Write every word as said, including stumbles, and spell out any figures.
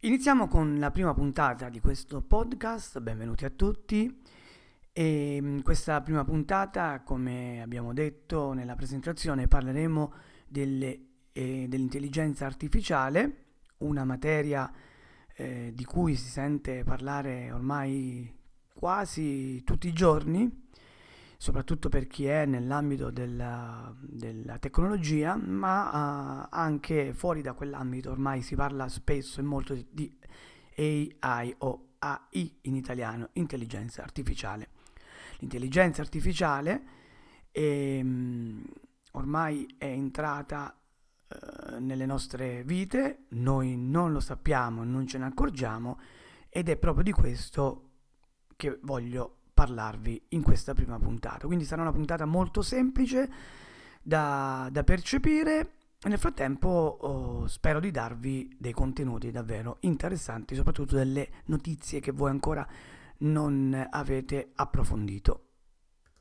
Iniziamo con la prima puntata di questo podcast, benvenuti a tutti. E mh, questa prima puntata, come abbiamo detto nella presentazione, parleremo delle, eh, dell'intelligenza artificiale, una materia eh, di cui si sente parlare ormai quasi tutti i giorni, soprattutto per chi è nell'ambito della, della tecnologia, ma eh, anche fuori da quell'ambito ormai si parla spesso e molto di A I o A I in italiano, intelligenza artificiale. L'intelligenza artificiale è, mh, ormai è entrata eh, nelle nostre vite, noi non lo sappiamo, non ce ne accorgiamo ed è proprio di questo che voglio parlarvi in questa prima puntata. Quindi sarà una puntata molto semplice da, da percepire e nel frattempo oh, spero di darvi dei contenuti davvero interessanti, soprattutto delle notizie che voi ancora non avete approfondito.